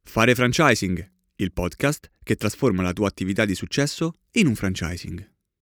Fare franchising, il podcast che trasforma la tua attività di successo in un franchising.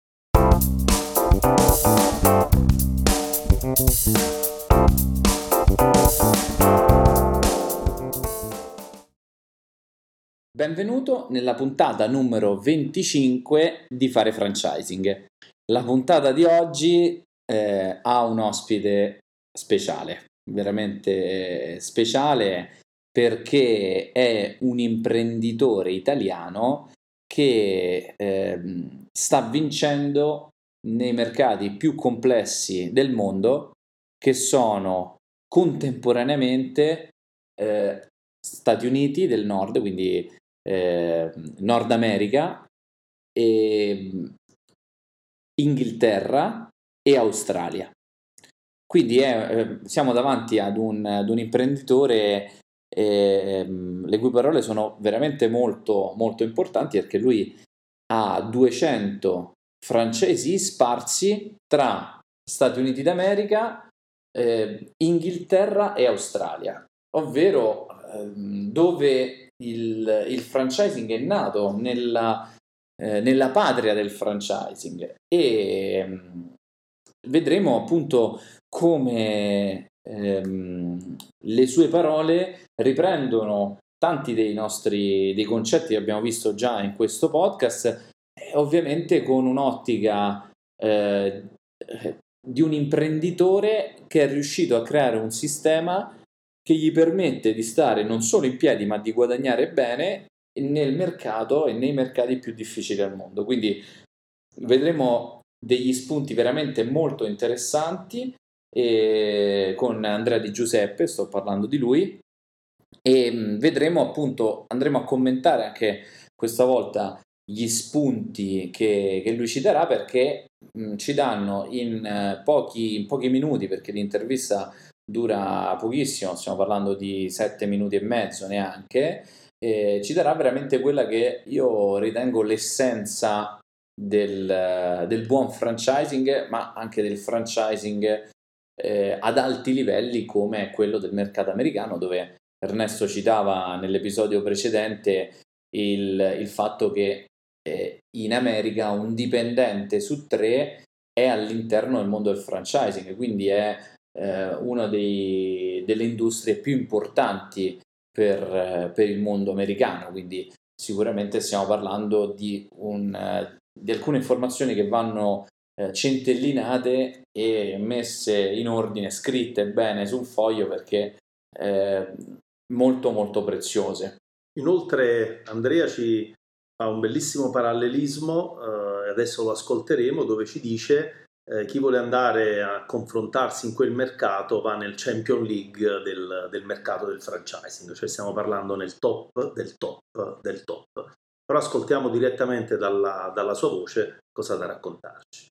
Benvenuto nella puntata numero 25 di Fare Franchising. La puntata di oggi ha un ospite speciale, veramente speciale, perché è un imprenditore italiano che sta vincendo nei mercati più complessi del mondo, che sono contemporaneamente Stati Uniti del Nord, quindi Nord America, e Inghilterra e Australia. Quindi siamo davanti ad un imprenditore le cui parole sono veramente molto, molto importanti, perché lui ha 200 francesi sparsi tra Stati Uniti d'America, Inghilterra e Australia, ovvero dove il franchising è nato nella patria del franchising, e vedremo appunto come le sue parole riprendono tanti dei concetti che abbiamo visto già in questo podcast, ovviamente con un'ottica di un imprenditore che è riuscito a creare un sistema che gli permette di stare non solo in piedi, ma di guadagnare bene nel mercato e nei mercati più difficili al mondo. Quindi vedremo degli spunti veramente molto interessanti, con Andrea Di Giuseppe, sto parlando di lui, e vedremo appunto, andremo a commentare anche questa volta gli spunti che lui ci darà, perché ci danno in pochi minuti, perché l'intervista dura pochissimo, stiamo parlando di 7 minuti e mezzo neanche, ci darà veramente quella che io ritengo l'essenza del buon franchising, ma anche del franchising ad alti livelli come quello del mercato americano, dove Ernesto citava nell'episodio precedente il fatto che in America un dipendente su 3 è all'interno del mondo del franchising, quindi è una delle industrie più importanti per il mondo americano. Quindi sicuramente stiamo parlando di alcune informazioni che vanno centellinate e messe in ordine, scritte bene su un foglio, perché molto molto preziose. Inoltre Andrea ci fa un bellissimo parallelismo, adesso lo ascolteremo, dove ci dice chi vuole andare a confrontarsi in quel mercato va nel Champion League del mercato del franchising, cioè stiamo parlando nel top del top del top. Però ascoltiamo direttamente dalla sua voce cosa da raccontarci.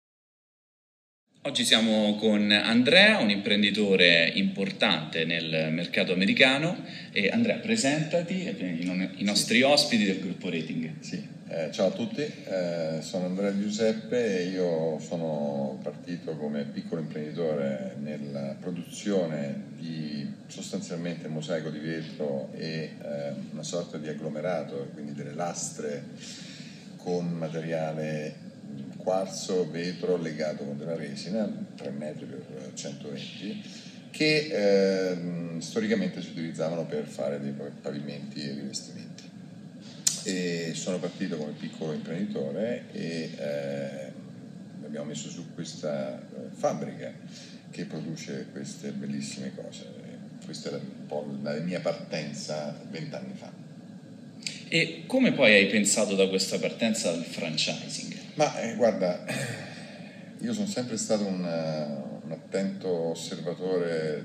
Oggi siamo con Andrea, un imprenditore importante nel mercato americano. E Andrea, presentati, i nostri ospiti del gruppo Rating. Sì, ciao a tutti, sono Andrea Di Giuseppe e io sono partito come piccolo imprenditore nella produzione di sostanzialmente mosaico di vetro e una sorta di agglomerato, quindi delle lastre con materiale quarzo, vetro legato con della resina, 3 metri per 120, che storicamente si utilizzavano per fare dei pavimenti e rivestimenti. E sono partito come piccolo imprenditore e abbiamo messo su questa fabbrica che produce queste bellissime cose. Questa era un po' la mia partenza 20 anni fa. E come poi hai pensato da questa partenza al franchising? Ma guarda, io sono sempre stato un attento osservatore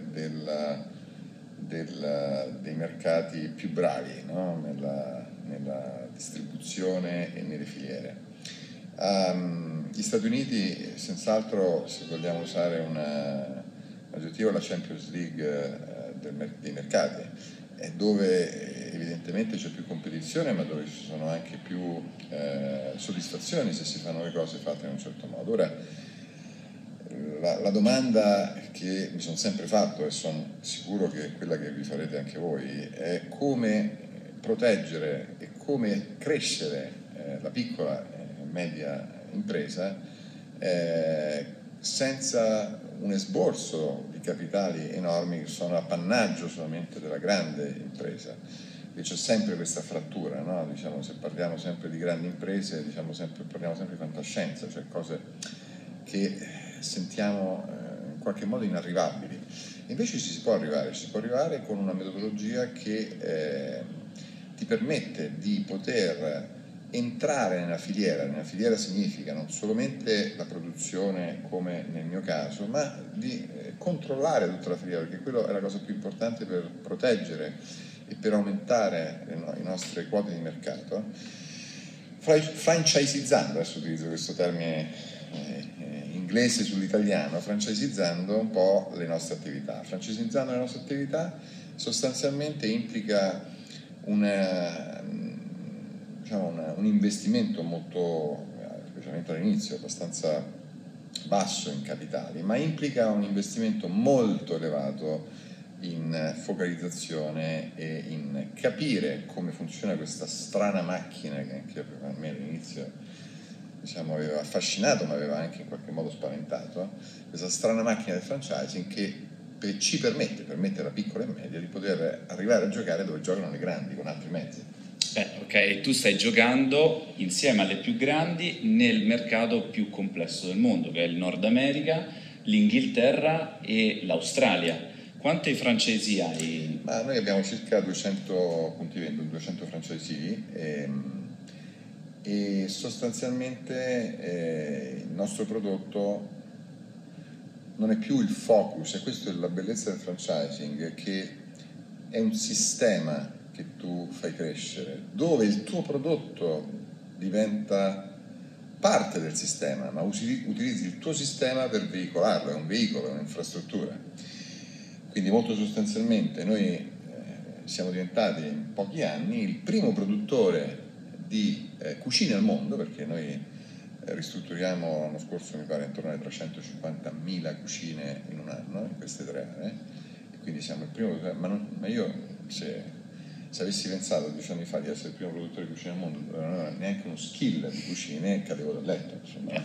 dei mercati più bravi, no? nella distribuzione e nelle filiere. Gli Stati Uniti, senz'altro, se vogliamo usare un aggettivo, la Champions League dei mercati, è dove evidentemente c'è più competizione, ma dove ci sono anche più soddisfazioni se si fanno le cose fatte in un certo modo. Ora, la domanda che mi sono sempre fatto, e sono sicuro che è quella che vi farete anche voi, è come proteggere e come crescere la piccola e media impresa senza un esborso di capitali enormi che sono appannaggio solamente della grande impresa. E c'è sempre questa frattura, no? Diciamo, se parliamo sempre di grandi imprese, parliamo sempre di fantascienza, cioè cose che sentiamo in qualche modo inarrivabili. Invece ci si può arrivare con una metodologia che ti permette di poter entrare nella filiera. Nella filiera significa non solamente la produzione come nel mio caso, ma di controllare tutta la filiera, perché quello è la cosa più importante per proteggere e per aumentare le nostre quote di mercato. Franchiseizzando, adesso utilizzo questo termine inglese sull'italiano, franchiseizzando un po' le nostre attività. Franchiseizzando le nostre attività sostanzialmente implica un investimento molto, specialmente all'inizio, abbastanza basso in capitali, ma implica un investimento molto elevato in focalizzazione e in capire come funziona questa strana macchina che anche a me all'inizio aveva affascinato ma aveva anche in qualche modo spaventato, questa strana macchina del franchising che ci permette alla piccola e media di poter arrivare a giocare dove giocano le grandi con altri mezzi. Ok, tu stai giocando insieme alle più grandi nel mercato più complesso del mondo, che è il Nord America, l'Inghilterra e l'Australia. Quanti franchisee hai? Ma noi abbiamo circa 200 punti vendita, 200 franchisee e sostanzialmente il nostro prodotto non è più il focus, e questa è la bellezza del franchising, che è un sistema che tu fai crescere, dove il tuo prodotto diventa parte del sistema, ma utilizzi il tuo sistema per veicolarlo, è un veicolo, è un'infrastruttura. Quindi molto sostanzialmente noi siamo diventati in pochi anni il primo produttore di cucine al mondo, perché noi ristrutturiamo l'anno scorso mi pare intorno alle 350.000 cucine in un anno in queste 3 aree, e quindi siamo il primo, ma io se avessi pensato 10 anni fa di essere il primo produttore di cucine al mondo, non avevo neanche uno skill di cucine, cadevo dal letto, insomma.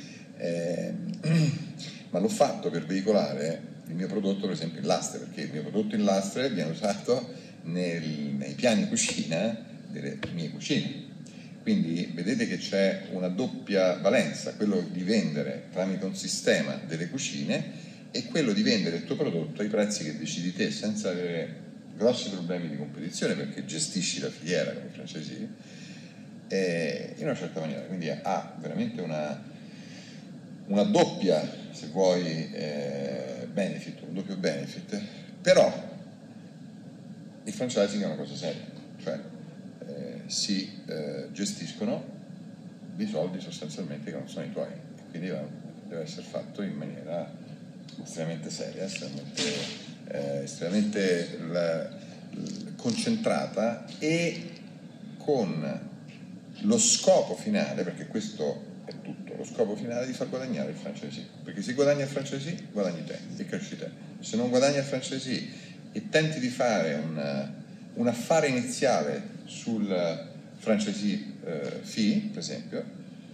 Ma l'ho fatto per veicolare il mio prodotto, per esempio in lastre, perché il mio prodotto in lastre viene usato nei piani cucina delle mie cucine. Quindi vedete che c'è una doppia valenza, quello di vendere tramite un sistema delle cucine e quello di vendere il tuo prodotto ai prezzi che decidi te, senza avere grossi problemi di competizione, perché gestisci la filiera come franchisee in una certa maniera. Quindi ha veramente una doppia, se vuoi, benefit, un doppio benefit. Però il franchising è una cosa seria, cioè si gestiscono dei soldi sostanzialmente che non sono i tuoi, quindi deve essere fatto in maniera estremamente seria, estremamente concentrata e con lo scopo finale, perché questo è tutto, lo scopo finale di far guadagnare il franchisee, perché se guadagni il franchisee guadagni te e cresci te. Se non guadagni il franchisee e tenti di fare un affare iniziale sul franchisee fee, per esempio,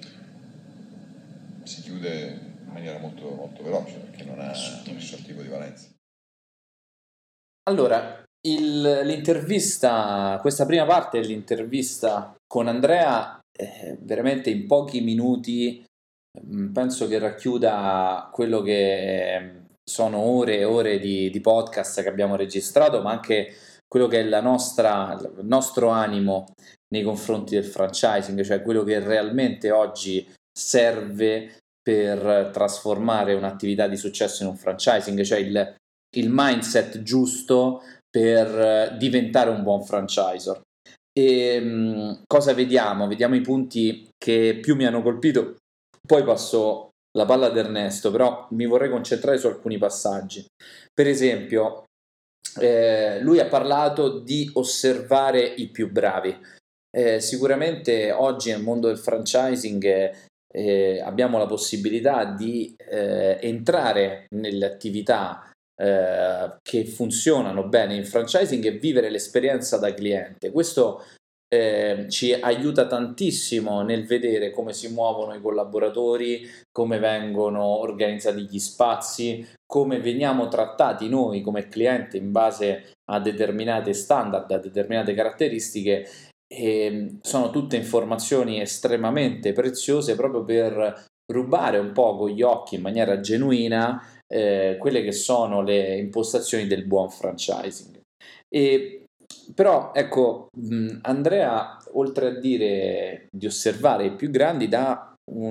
si chiude in maniera molto, molto veloce, perché non ha nessun tipo di valenza. Allora, l'intervista, questa prima parte dell'intervista con Andrea, veramente in pochi minuti penso che racchiuda quello che sono ore e ore di podcast che abbiamo registrato, ma anche quello che è il nostro animo nei confronti del franchising, cioè quello che realmente oggi serve per trasformare un'attività di successo in un franchising, cioè il mindset giusto per diventare un buon franchisor. E cosa vediamo? Vediamo i punti che più mi hanno colpito, poi passo la palla ad Ernesto, però mi vorrei concentrare su alcuni passaggi. Per esempio, lui ha parlato di osservare i più bravi. Sicuramente oggi nel mondo del franchising abbiamo la possibilità di entrare nelle attività che funzionano bene in franchising è vivere l'esperienza da cliente. Questo ci aiuta tantissimo nel vedere come si muovono i collaboratori, come vengono organizzati gli spazi, come veniamo trattati noi come cliente in base a determinate standard, a determinate caratteristiche. E sono tutte informazioni estremamente preziose proprio per rubare un po' con gli occhi in maniera genuina quelle che sono le impostazioni del buon franchising. Però ecco, Andrea, oltre a dire di osservare i più grandi, dà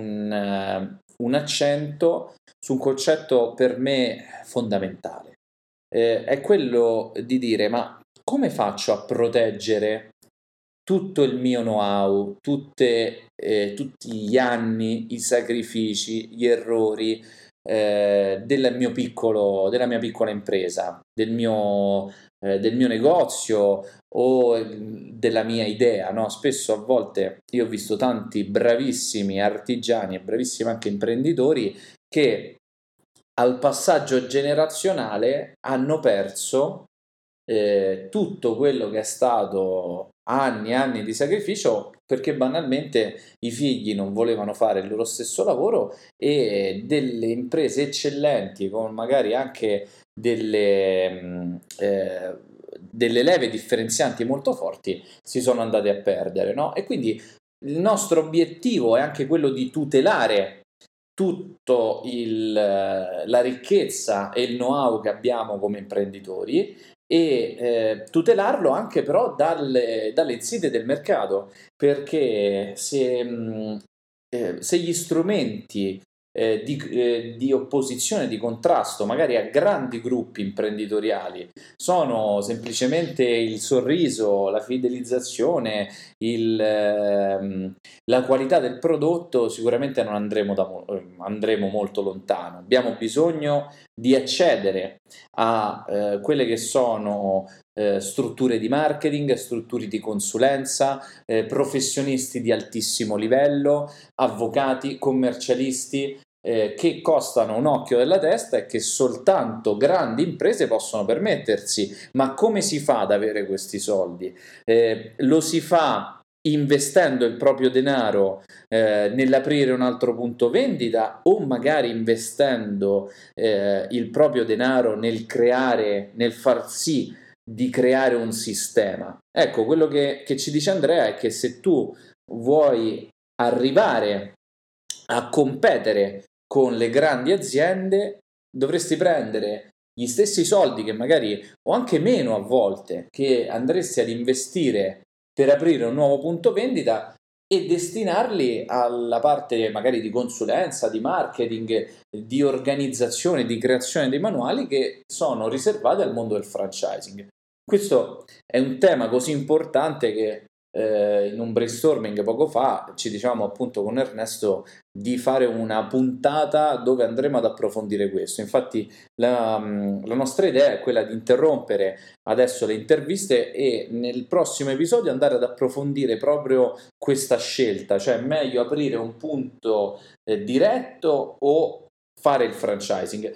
un accento su un concetto per me fondamentale. È quello di dire: ma come faccio a proteggere tutto il mio know-how, tutti gli anni, i sacrifici, gli errori della mia piccola impresa, del mio negozio o della mia idea, no? Spesso a volte io ho visto tanti bravissimi artigiani e bravissimi anche imprenditori che al passaggio generazionale hanno perso tutto quello che è stato anni e anni di sacrificio, perché banalmente i figli non volevano fare il loro stesso lavoro e delle imprese eccellenti con magari anche delle leve differenzianti molto forti si sono andate a perdere, no? E quindi il nostro obiettivo è anche quello di tutelare tutto la ricchezza e il know-how che abbiamo come imprenditori e tutelarlo anche però dalle insidie del mercato, perché se gli strumenti di opposizione, di contrasto magari a grandi gruppi imprenditoriali sono semplicemente il sorriso, la fidelizzazione, la qualità del prodotto, sicuramente non andremo molto lontano. Abbiamo bisogno di accedere a quelle che sono strutture di marketing, strutture di consulenza, professionisti di altissimo livello, avvocati, commercialisti, che costano un occhio della testa e che soltanto grandi imprese possono permettersi. Ma come si fa ad avere questi soldi? Lo si fa investendo il proprio denaro nell'aprire un altro punto vendita o magari investendo il proprio denaro nel far sì di creare un sistema. Ecco, quello che ci dice Andrea è che se tu vuoi arrivare a competere con le grandi aziende, dovresti prendere gli stessi soldi che magari, o anche meno a volte, che andresti ad investire per aprire un nuovo punto vendita e destinarli alla parte magari di consulenza, di marketing, di organizzazione, di creazione dei manuali che sono riservati al mondo del franchising. Questo è un tema così importante che in un brainstorming poco fa ci dicevamo appunto con Ernesto di fare una puntata dove andremo ad approfondire questo. Infatti la nostra idea è quella di interrompere adesso le interviste e nel prossimo episodio andare ad approfondire proprio questa scelta, cioè meglio aprire un punto diretto o fare il franchising.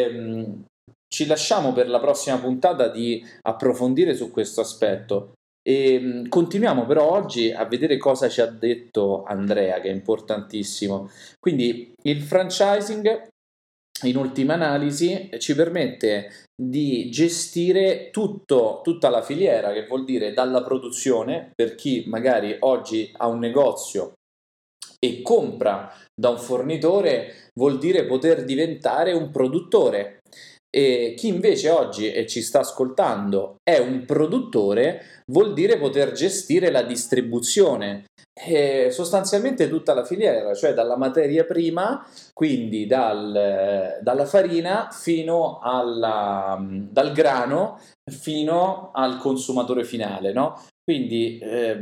Ci lasciamo per la prossima puntata di approfondire su questo aspetto. E continuiamo però oggi a vedere cosa ci ha detto Andrea, che è importantissimo. Quindi il franchising, in ultima analisi, ci permette di gestire tutta la filiera, che vuol dire dalla produzione, per chi magari oggi ha un negozio e compra da un fornitore, vuol dire poter diventare un produttore. E chi invece oggi ci sta ascoltando è un produttore, vuol dire poter gestire la distribuzione, sostanzialmente tutta la filiera, cioè dalla materia prima, quindi dalla farina fino dal grano fino al consumatore finale, no? Quindi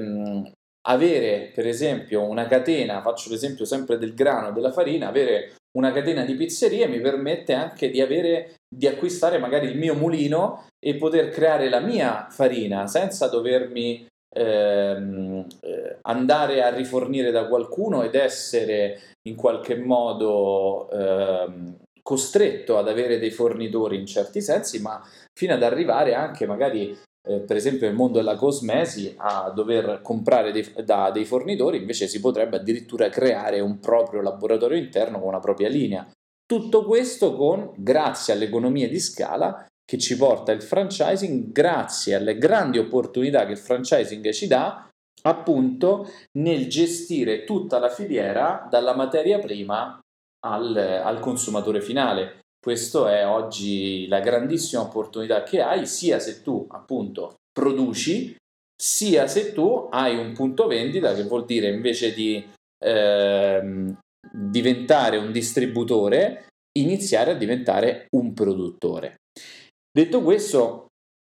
avere per esempio una catena, faccio l'esempio sempre del grano e della farina, avere una catena di pizzerie mi permette anche di acquistare magari il mio mulino e poter creare la mia farina senza dovermi andare a rifornire da qualcuno ed essere in qualche modo costretto ad avere dei fornitori in certi sensi, ma fino ad arrivare anche magari per esempio nel mondo della cosmesi a dover comprare da dei fornitori, invece si potrebbe addirittura creare un proprio laboratorio interno con una propria linea. Tutto questo grazie alle economie di scala che ci porta il franchising, grazie alle grandi opportunità che il franchising ci dà, appunto nel gestire tutta la filiera dalla materia prima al consumatore finale. Questo è oggi la grandissima opportunità che hai, sia se tu appunto produci, sia se tu hai un punto vendita, che vuol dire invece di diventare un distributore, iniziare a diventare un produttore. Detto questo,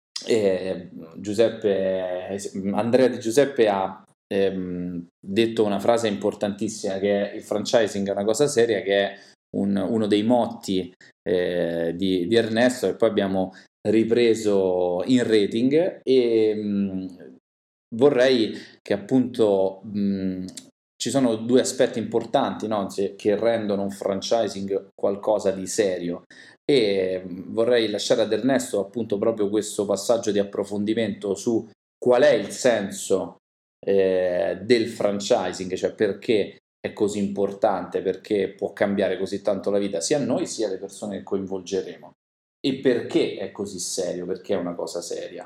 Andrea Di Giuseppe ha detto una frase importantissima, che è: il franchising è una cosa seria, che è uno dei motti di Ernesto, e poi abbiamo ripreso in Rating, e vorrei che appunto ci sono due aspetti importanti, no? Che rendono un franchising qualcosa di serio, e vorrei lasciare ad Ernesto appunto proprio questo passaggio di approfondimento su qual è il senso del franchising, cioè perché è così importante, perché può cambiare così tanto la vita sia a noi sia alle persone che coinvolgeremo, e perché è così serio, perché è una cosa seria.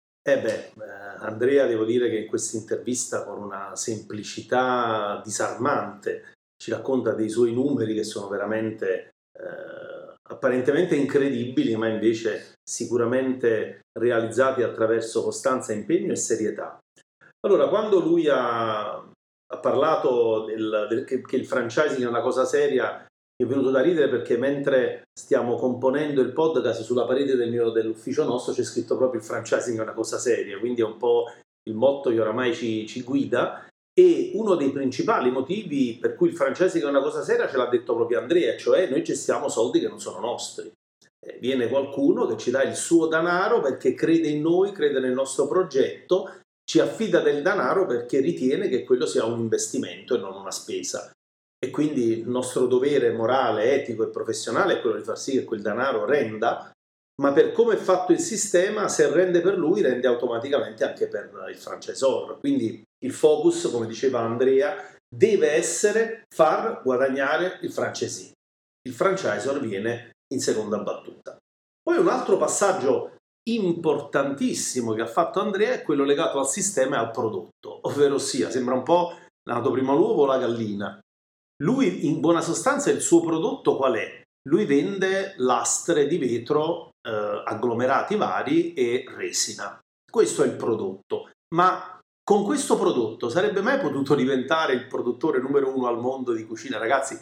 Andrea, devo dire che in questa intervista, con una semplicità disarmante, ci racconta dei suoi numeri che sono veramente apparentemente incredibili, ma invece sicuramente realizzati attraverso costanza, impegno e serietà. Allora, quando lui ha parlato che il franchising è una cosa seria, mi è venuto da ridere, perché mentre stiamo componendo il podcast, sulla parete dell'ufficio nostro c'è scritto proprio: il franchising è una cosa seria, quindi è un po' il motto che oramai ci guida. E uno dei principali motivi per cui il franchising è una cosa seria ce l'ha detto proprio Andrea, cioè noi gestiamo soldi che non sono nostri. Viene qualcuno che ci dà il suo denaro perché crede in noi, crede nel nostro progetto, ci affida del denaro perché ritiene che quello sia un investimento e non una spesa. E quindi il nostro dovere morale, etico e professionale è quello di far sì che quel denaro renda, ma per come è fatto il sistema, se rende per lui, rende automaticamente anche per il franchisor. Quindi il focus, come diceva Andrea, deve essere far guadagnare il franchisee. Il franchisor viene in seconda battuta. Poi un altro passaggio importantissimo che ha fatto Andrea è quello legato al sistema e al prodotto, ovvero sia, sembra un po' nato prima l'uovo o la gallina. Lui, in buona sostanza, il suo prodotto qual è? Lui vende lastre di vetro, agglomerati vari e resina. Questo è il prodotto. Ma con questo prodotto sarebbe mai potuto diventare il produttore numero 1 al mondo di cucina? Ragazzi,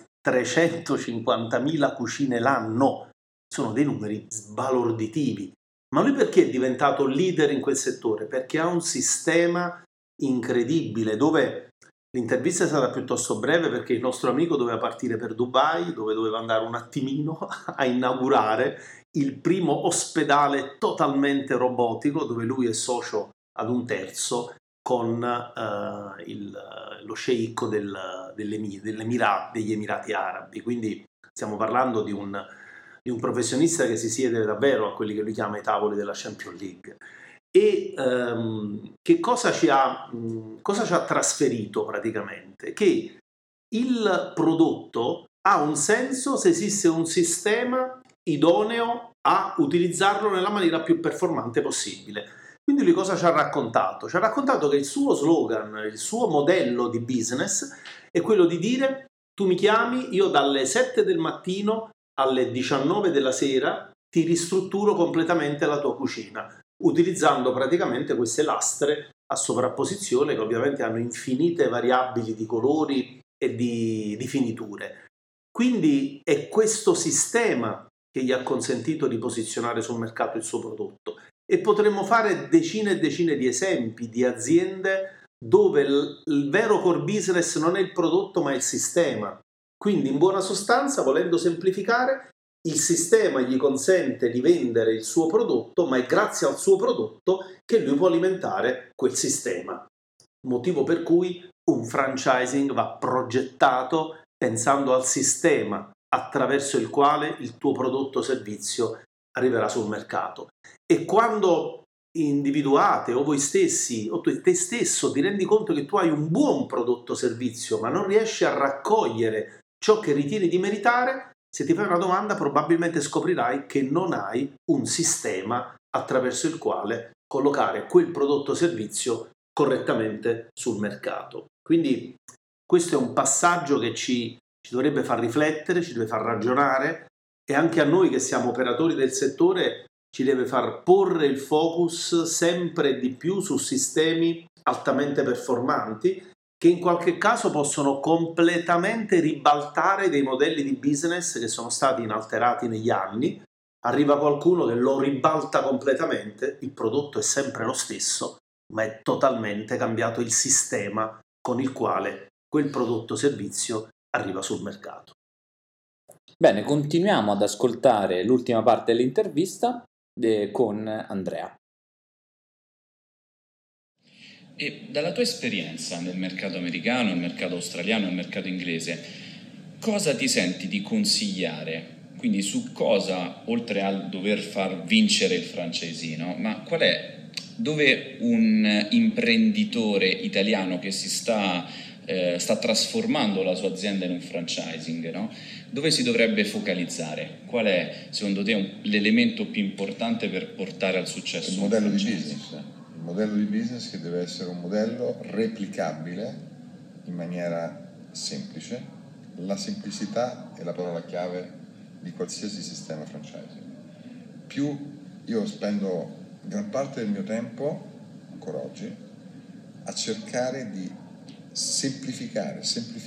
350.000 cucine l'anno. Sono dei numeri sbalorditivi. Ma lui perché è diventato leader in quel settore? Perché ha un sistema incredibile, dove l'intervista è stata piuttosto breve, perché il nostro amico doveva partire per Dubai, dove doveva andare un attimino a inaugurare il primo ospedale totalmente robotico, dove lui è socio ad un terzo con lo sceicco degli Emirati Arabi. Quindi stiamo parlando di un professionista che si siede davvero a quelli che lui chiama i tavoli della Champions League. E che cosa ci ha trasferito praticamente? Che il prodotto ha un senso se esiste un sistema idoneo a utilizzarlo nella maniera più performante possibile. Quindi lui cosa ci ha raccontato? Ci ha raccontato che il suo slogan, il suo modello di business è quello di dire: tu mi chiami, io dalle 7 del mattino alle 19 della sera ti ristrutturo completamente la tua cucina, utilizzando praticamente queste lastre a sovrapposizione che ovviamente hanno infinite variabili di colori e di finiture. Quindi è questo sistema che gli ha consentito di posizionare sul mercato il suo prodotto, e potremmo fare decine e decine di esempi di aziende dove il vero core business non è il prodotto ma il sistema. Quindi in buona sostanza, volendo semplificare, il sistema gli consente di vendere il suo prodotto, ma è grazie al suo prodotto che lui può alimentare quel sistema. Motivo per cui un franchising va progettato pensando al sistema, attraverso il quale il tuo prodotto o servizio arriverà sul mercato. E quando individuate o voi stessi o te stesso ti rendi conto che tu hai un buon prodotto o servizio ma non riesci a raccogliere ciò che ritieni di meritare, se ti fai una domanda probabilmente scoprirai che non hai un sistema attraverso il quale collocare quel prodotto o servizio correttamente sul mercato. Quindi questo è un passaggio che ci dovrebbe far riflettere, ci deve far ragionare, e anche a noi che siamo operatori del settore ci deve far porre il focus sempre di più su sistemi altamente performanti che in qualche caso possono completamente ribaltare dei modelli di business che sono stati inalterati negli anni. Arriva qualcuno che lo ribalta completamente, il prodotto è sempre lo stesso, ma è totalmente cambiato il sistema con il quale quel prodotto o servizio arriva sul mercato. Bene, continuiamo ad ascoltare l'ultima parte dell'intervista con Andrea. E dalla tua esperienza nel mercato americano, nel mercato australiano, nel mercato inglese, cosa ti senti di consigliare? Quindi su cosa, oltre al dover far vincere il franchisino, ma qual è, dove un imprenditore italiano che si sta trasformando la sua azienda in un franchising, no? Dove si dovrebbe focalizzare? Qual è, secondo te, l'elemento più importante per portare al successo il modello di business? Il modello di business che deve essere un modello replicabile in maniera semplice. La semplicità è la parola chiave di qualsiasi sistema franchising. Io spendo gran parte del mio tempo, ancora oggi, a cercare di semplificare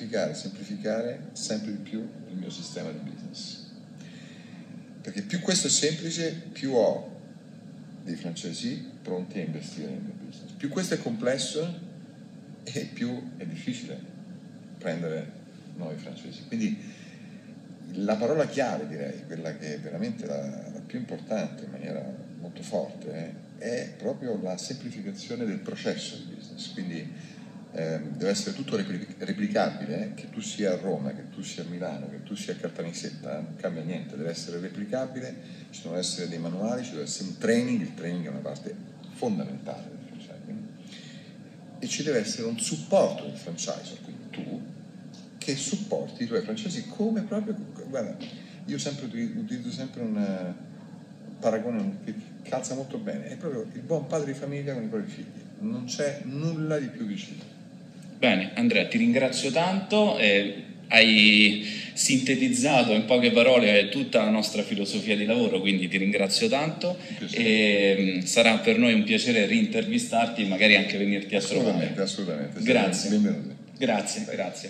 sempre di più il mio sistema di business, perché più questo è semplice, più ho dei franchisee pronti a investire nel mio business. Più questo è complesso e più è difficile prendere nuovi franchisee. Quindi la parola chiave, direi, quella che è veramente la più importante in maniera molto forte, è proprio la semplificazione del processo di business. Quindi deve essere tutto replicabile, che tu sia a Roma, che tu sia a Milano, che tu sia a Caltanissetta, non cambia niente, deve essere replicabile, ci devono essere dei manuali, ci deve essere un training, il training è una parte fondamentale del franchising, e ci deve essere un supporto del franchisor, quindi tu, che supporti i tuoi franchisee come proprio, guarda, io utilizzo sempre un paragone che calza molto bene, è proprio il buon padre di famiglia con i propri figli, non c'è nulla di più vicino. Bene, Andrea, ti ringrazio tanto, hai sintetizzato in poche parole tutta la nostra filosofia di lavoro, quindi ti ringrazio tanto e sarà per noi un piacere rintervistarti e magari anche venirti a trovare. Assolutamente. Grazie. Benvenuti. Grazie.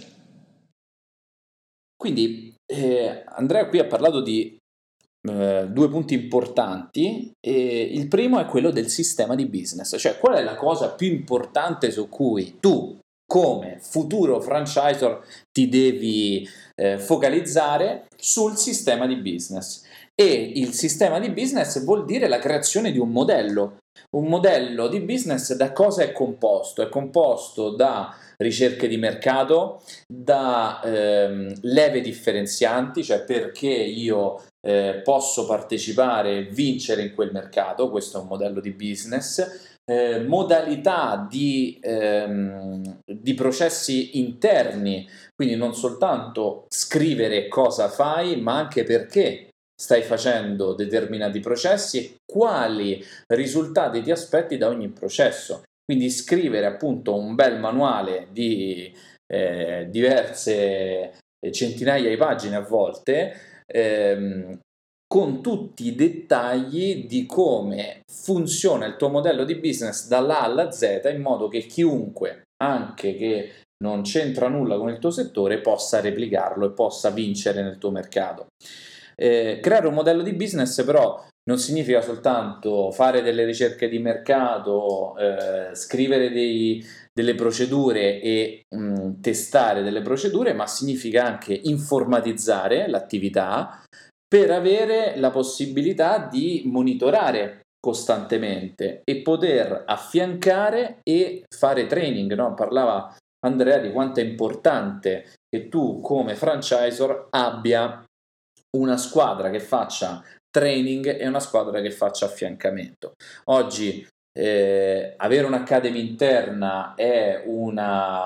Quindi Andrea qui ha parlato di due punti importanti, e il primo è quello del sistema di business, cioè qual è la cosa più importante su cui tu come futuro franchisor ti devi focalizzare sul sistema di business. E il sistema di business vuol dire la creazione di un modello di business. Da cosa è composto? È composto da ricerche di mercato, da leve differenzianti, cioè perché io posso partecipare e vincere in quel mercato. Questo è un modello di business. Modalità di processi interni, quindi non soltanto scrivere cosa fai, ma anche perché stai facendo determinati processi e quali risultati ti aspetti da ogni processo. Quindi scrivere appunto un bel manuale di diverse centinaia di pagine a volte, con tutti i dettagli di come funziona il tuo modello di business dall'A alla Z, in modo che chiunque, anche che non c'entra nulla con il tuo settore, possa replicarlo e possa vincere nel tuo mercato. Creare un modello di business però non significa soltanto fare delle ricerche di mercato, scrivere delle procedure e testare delle procedure, ma significa anche informatizzare l'attività per avere la possibilità di monitorare costantemente e poter affiancare e fare training, no? Parlava Andrea di quanto è importante che tu come franchisor abbia una squadra che faccia training e una squadra che faccia affiancamento. Oggi avere un'academy interna è un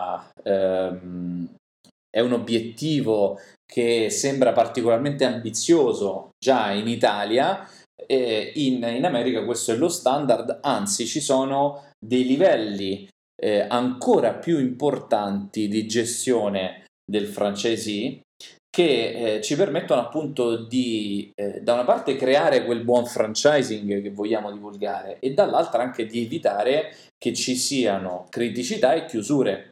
obiettivo che sembra particolarmente ambizioso già in Italia. In America questo è lo standard, anzi ci sono dei livelli ancora più importanti di gestione del franchisee che ci permettono appunto di da una parte creare quel buon franchising che vogliamo divulgare e dall'altra anche di evitare che ci siano criticità e chiusure.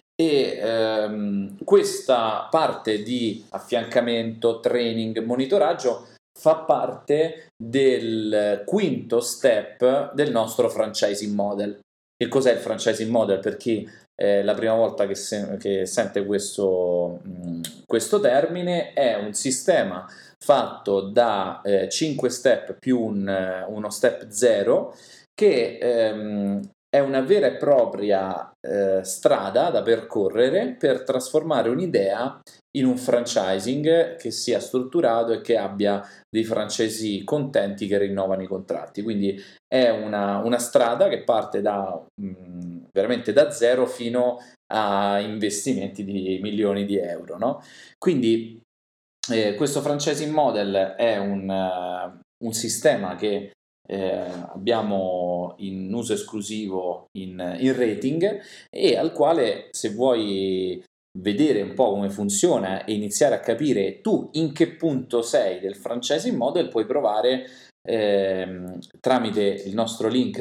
E questa parte di affiancamento, training, monitoraggio fa parte del quinto step del nostro franchising model. E cos'è il franchising model? Per chi è la prima volta che sente questo termine, è un sistema fatto da 5 step più uno step 0 che è una vera e propria strada da percorrere per trasformare un'idea in un franchising che sia strutturato e che abbia dei franchisee contenti che rinnovano i contratti. Quindi è una strada che parte veramente da zero fino a investimenti di milioni di euro, no? Quindi questo franchising model è un sistema che abbiamo in uso esclusivo in Rating e al quale, se vuoi vedere un po' come funziona e iniziare a capire tu in che punto sei del franchising model, puoi provare tramite il nostro link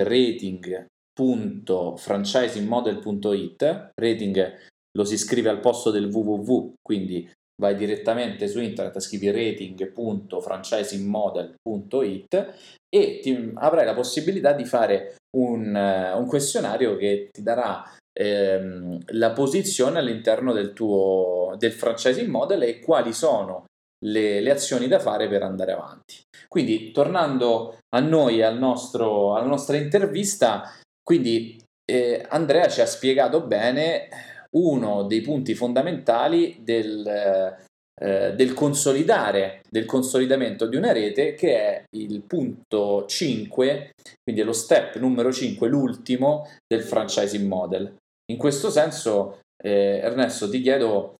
rating.franchisingmodel.it. Rating lo si scrive al posto del www, quindi vai direttamente su internet, scrivi rating.franchisingmodel.it e avrai la possibilità di fare un questionario che ti darà la posizione all'interno del franchising model e quali sono le azioni da fare per andare avanti. Quindi, tornando a noi, alla nostra intervista, quindi Andrea ci ha spiegato bene uno dei punti fondamentali del consolidamento di una rete, che è il punto 5, quindi è lo step numero 5, l'ultimo del franchising model. In questo senso, Ernesto, ti chiedo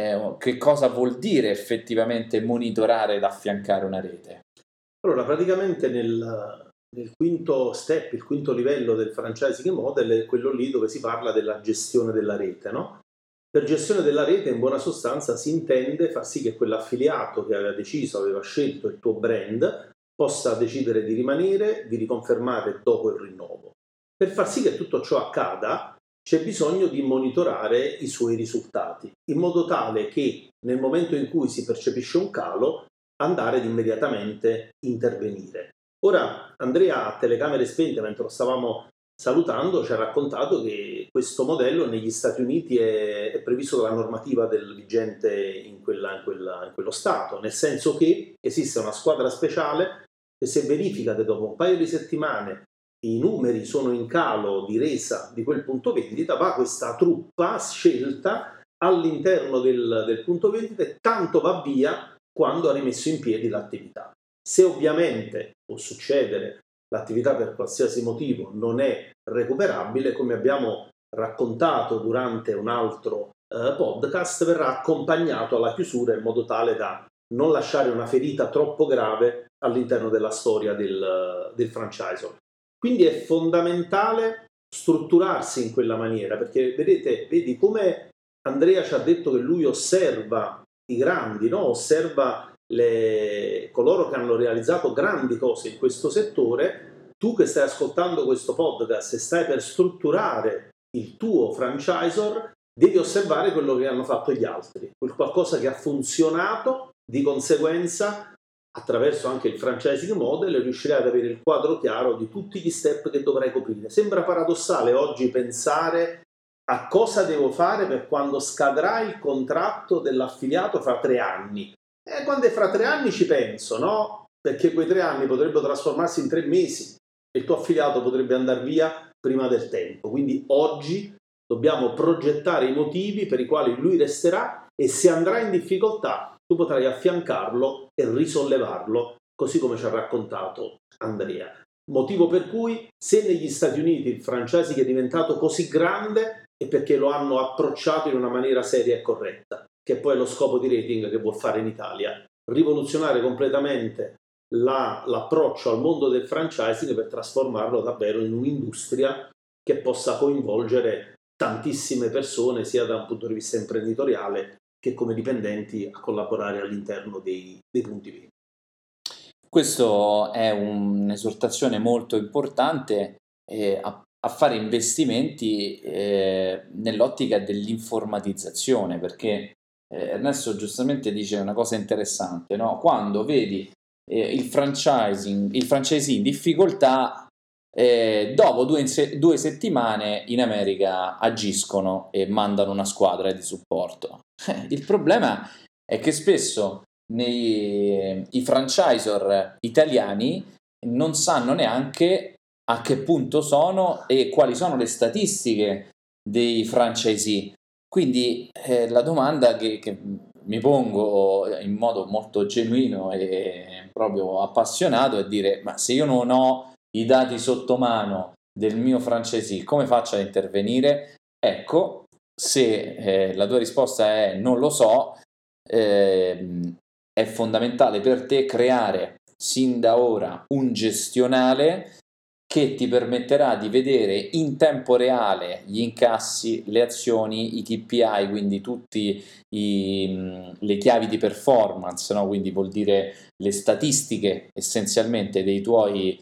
che cosa vuol dire effettivamente monitorare ed affiancare una rete? Allora, praticamente nel quinto step, il quinto livello del franchising model è quello lì dove si parla della gestione della rete, no? Per gestione della rete, in buona sostanza, si intende far sì che quell'affiliato che aveva scelto il tuo brand, possa decidere di rimanere, di riconfermare dopo il rinnovo. Per far sì che tutto ciò accada, c'è bisogno di monitorare i suoi risultati, in modo tale che nel momento in cui si percepisce un calo, andare ad immediatamente intervenire. Ora, Andrea, a telecamere spente, mentre lo stavamo salutando, ci ha raccontato che questo modello negli Stati Uniti è previsto dalla normativa del vigente in quello Stato, nel senso che esiste una squadra speciale che, se verifica che dopo un paio di settimane i numeri sono in calo di resa di quel punto vendita, va questa truppa scelta all'interno del punto vendita e tanto va via quando ha rimesso in piedi l'attività. Se ovviamente può succedere, l'attività per qualsiasi motivo non è recuperabile, come abbiamo raccontato durante un altro podcast, verrà accompagnato alla chiusura in modo tale da non lasciare una ferita troppo grave all'interno della storia del franchisor. Quindi è fondamentale strutturarsi in quella maniera, perché vedi come Andrea ci ha detto che lui osserva i grandi, no? Osserva coloro che hanno realizzato grandi cose in questo settore. Tu che stai ascoltando questo podcast e stai per strutturare il tuo franchisor, devi osservare quello che hanno fatto gli altri, qualcosa che ha funzionato, di conseguenza attraverso anche il franchising model riuscirai ad avere il quadro chiaro di tutti gli step che dovrai coprire. Sembra paradossale oggi pensare a cosa devo fare per quando scadrà il contratto dell'affiliato fra 3 anni. Quando è fra 3 anni ci penso, no? Perché quei 3 anni potrebbero trasformarsi in 3 mesi e il tuo affiliato potrebbe andare via prima del tempo. Quindi oggi dobbiamo progettare i motivi per i quali lui resterà, e se andrà in difficoltà tu potrai affiancarlo e risollevarlo, così come ci ha raccontato Andrea. Motivo per cui, se negli Stati Uniti il franchising è diventato così grande, è perché lo hanno approcciato in una maniera seria e corretta, che poi è lo scopo di Rating che vuol fare in Italia: rivoluzionare completamente l'approccio al mondo del franchising per trasformarlo davvero in un'industria che possa coinvolgere tantissime persone, sia da un punto di vista imprenditoriale che come dipendenti, a collaborare all'interno dei punti vendita. Questo è un'esortazione molto importante a fare investimenti nell'ottica dell'informatizzazione, perché Ernesto giustamente dice una cosa interessante, no? Quando vedi il franchisee in difficoltà, dopo due settimane in America agiscono e mandano una squadra di supporto. Il problema è che spesso i franchisor italiani non sanno neanche a che punto sono e quali sono le statistiche dei franchisee. Quindi la domanda che mi pongo in modo molto genuino e proprio appassionato è dire: ma se io non ho i dati sotto mano del mio franchisee, come faccio a intervenire? Ecco, se la tua risposta è non lo so, è fondamentale per te creare sin da ora un gestionale che ti permetterà di vedere in tempo reale gli incassi, le azioni, i KPI, quindi tutte le chiavi di performance, no? Quindi vuol dire le statistiche essenzialmente dei tuoi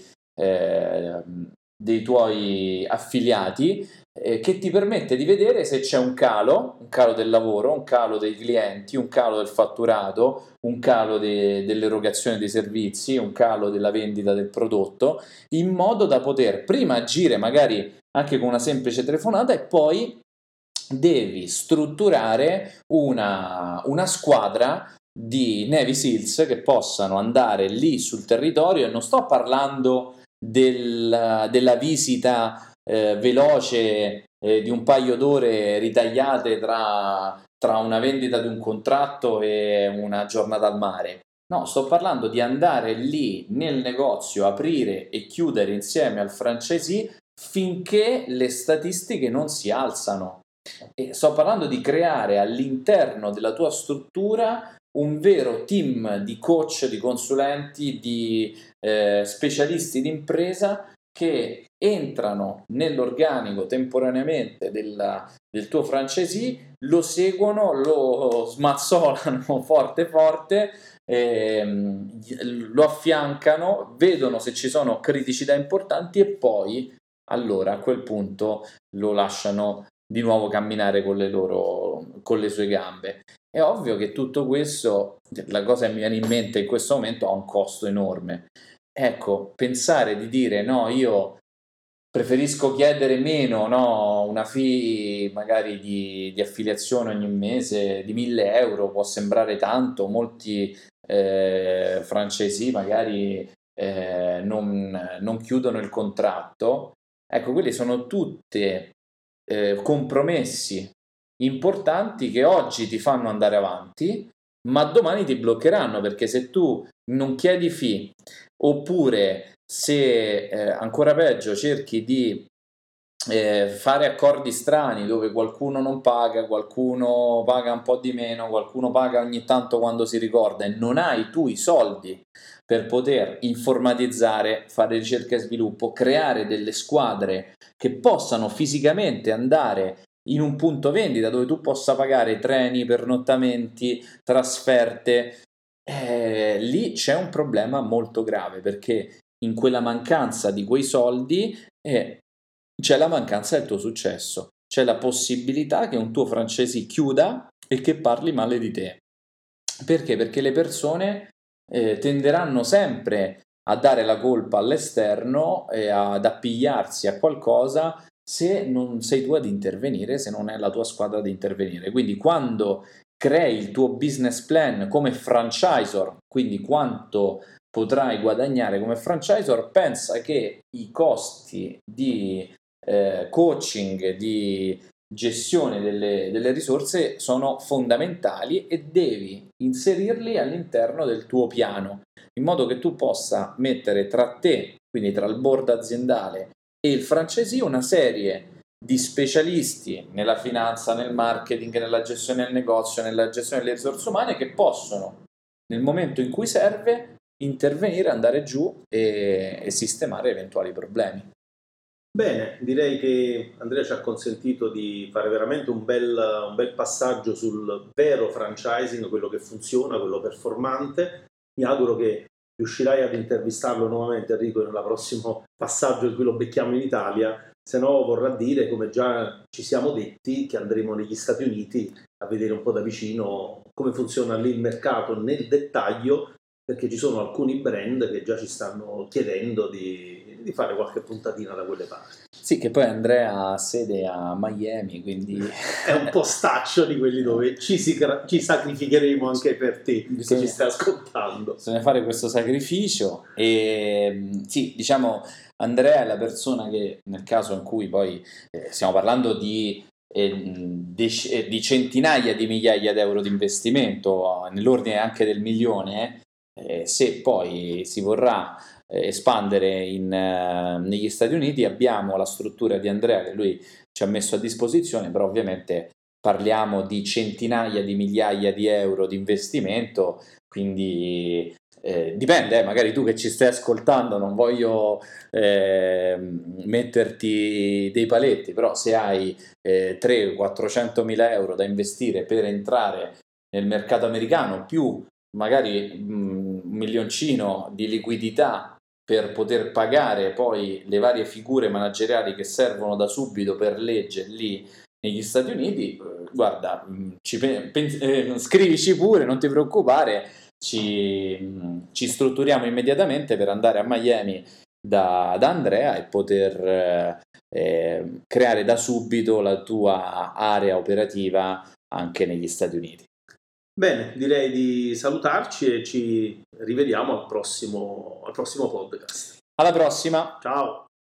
affiliati, che ti permette di vedere se c'è un calo del lavoro, un calo dei clienti, un calo del fatturato, un calo dell'erogazione dei servizi, un calo della vendita del prodotto, in modo da poter prima agire magari anche con una semplice telefonata e poi devi strutturare una squadra di Navy Seals che possano andare lì sul territorio. E non sto parlando della visita veloce di un paio d'ore ritagliate tra una vendita di un contratto e una giornata al mare. No, sto parlando di andare lì nel negozio, aprire e chiudere insieme al franchisee finché le statistiche non si alzano. E sto parlando di creare all'interno della tua struttura un vero team di coach, di consulenti, di specialisti d'impresa che entrano nell'organico temporaneamente del tuo franchisee, lo seguono, lo smazzolano forte, lo affiancano, vedono se ci sono criticità importanti e poi allora a quel punto lo lasciano di nuovo camminare con le sue gambe. È ovvio che tutto questo, la cosa che mi viene in mente in questo momento, ha un costo enorme. Ecco, pensare di dire no, io preferisco chiedere meno, no, una fee magari di affiliazione ogni mese di 1.000 euro può sembrare tanto, molti franchisee magari non chiudono il contratto. Ecco, quelli sono tutte compromessi importanti che oggi ti fanno andare avanti, ma domani ti bloccheranno, perché se tu non chiedi fee, oppure se ancora peggio cerchi di fare accordi strani dove qualcuno non paga, qualcuno paga un po' di meno, qualcuno paga ogni tanto quando si ricorda, e non hai tu i soldi per poter informatizzare, fare ricerca e sviluppo, creare delle squadre che possano fisicamente andare in un punto vendita dove tu possa pagare treni, pernottamenti, trasferte, lì c'è un problema molto grave, perché in quella mancanza di quei soldi c'è la mancanza del tuo successo, c'è la possibilità che un tuo franchisee chiuda e che parli male di te. Perché? Perché le persone tenderanno sempre a dare la colpa all'esterno e ad appigliarsi a qualcosa se non sei tu ad intervenire, se non è la tua squadra ad intervenire. Quindi quando crei il tuo business plan come franchisor, quindi quanto potrai guadagnare come franchisor, pensa che i costi di coaching, di gestione delle risorse sono fondamentali e devi inserirli all'interno del tuo piano, in modo che tu possa mettere tra te, quindi tra il board aziendale e il franchisee, una serie di specialisti nella finanza, nel marketing, nella gestione del negozio, nella gestione delle risorse umane, che possono, nel momento in cui serve, intervenire, andare giù e sistemare eventuali problemi. Bene, direi che Andrea ci ha consentito di fare veramente un bel passaggio sul vero franchising, quello che funziona, quello performante. Mi auguro che riuscirai ad intervistarlo nuovamente, Enrico, nel prossimo passaggio in cui lo becchiamo in Italia. Se no vorrà dire, come già ci siamo detti, che andremo negli Stati Uniti a vedere un po' da vicino come funziona lì il mercato nel dettaglio, perché ci sono alcuni brand che già ci stanno chiedendo di fare qualche puntatina da quelle parti. Sì, che poi Andrea ha sede a Miami, quindi è un postaccio di quelli dove ci sacrificheremo anche per te che ci stai ascoltando. Bisogna fare questo sacrificio e sì, diciamo, Andrea è la persona che, nel caso in cui poi stiamo parlando di centinaia di migliaia di euro di investimento, nell'ordine anche del milione, se poi si vorrà espandere negli Stati Uniti, abbiamo la struttura di Andrea che lui ci ha messo a disposizione, però ovviamente parliamo di centinaia di migliaia di euro di investimento, quindi dipende, magari tu che ci stai ascoltando, non voglio metterti dei paletti, però se hai 300-400 mila euro da investire per entrare nel mercato americano, più magari un milioncino di liquidità per poter pagare poi le varie figure manageriali che servono da subito per legge lì negli Stati Uniti, guarda, scrivici pure, non ti preoccupare, ci strutturiamo immediatamente per andare a Miami da Andrea e poter creare da subito la tua area operativa anche negli Stati Uniti. Bene, direi di salutarci e ci rivediamo al prossimo podcast. Alla prossima! Ciao!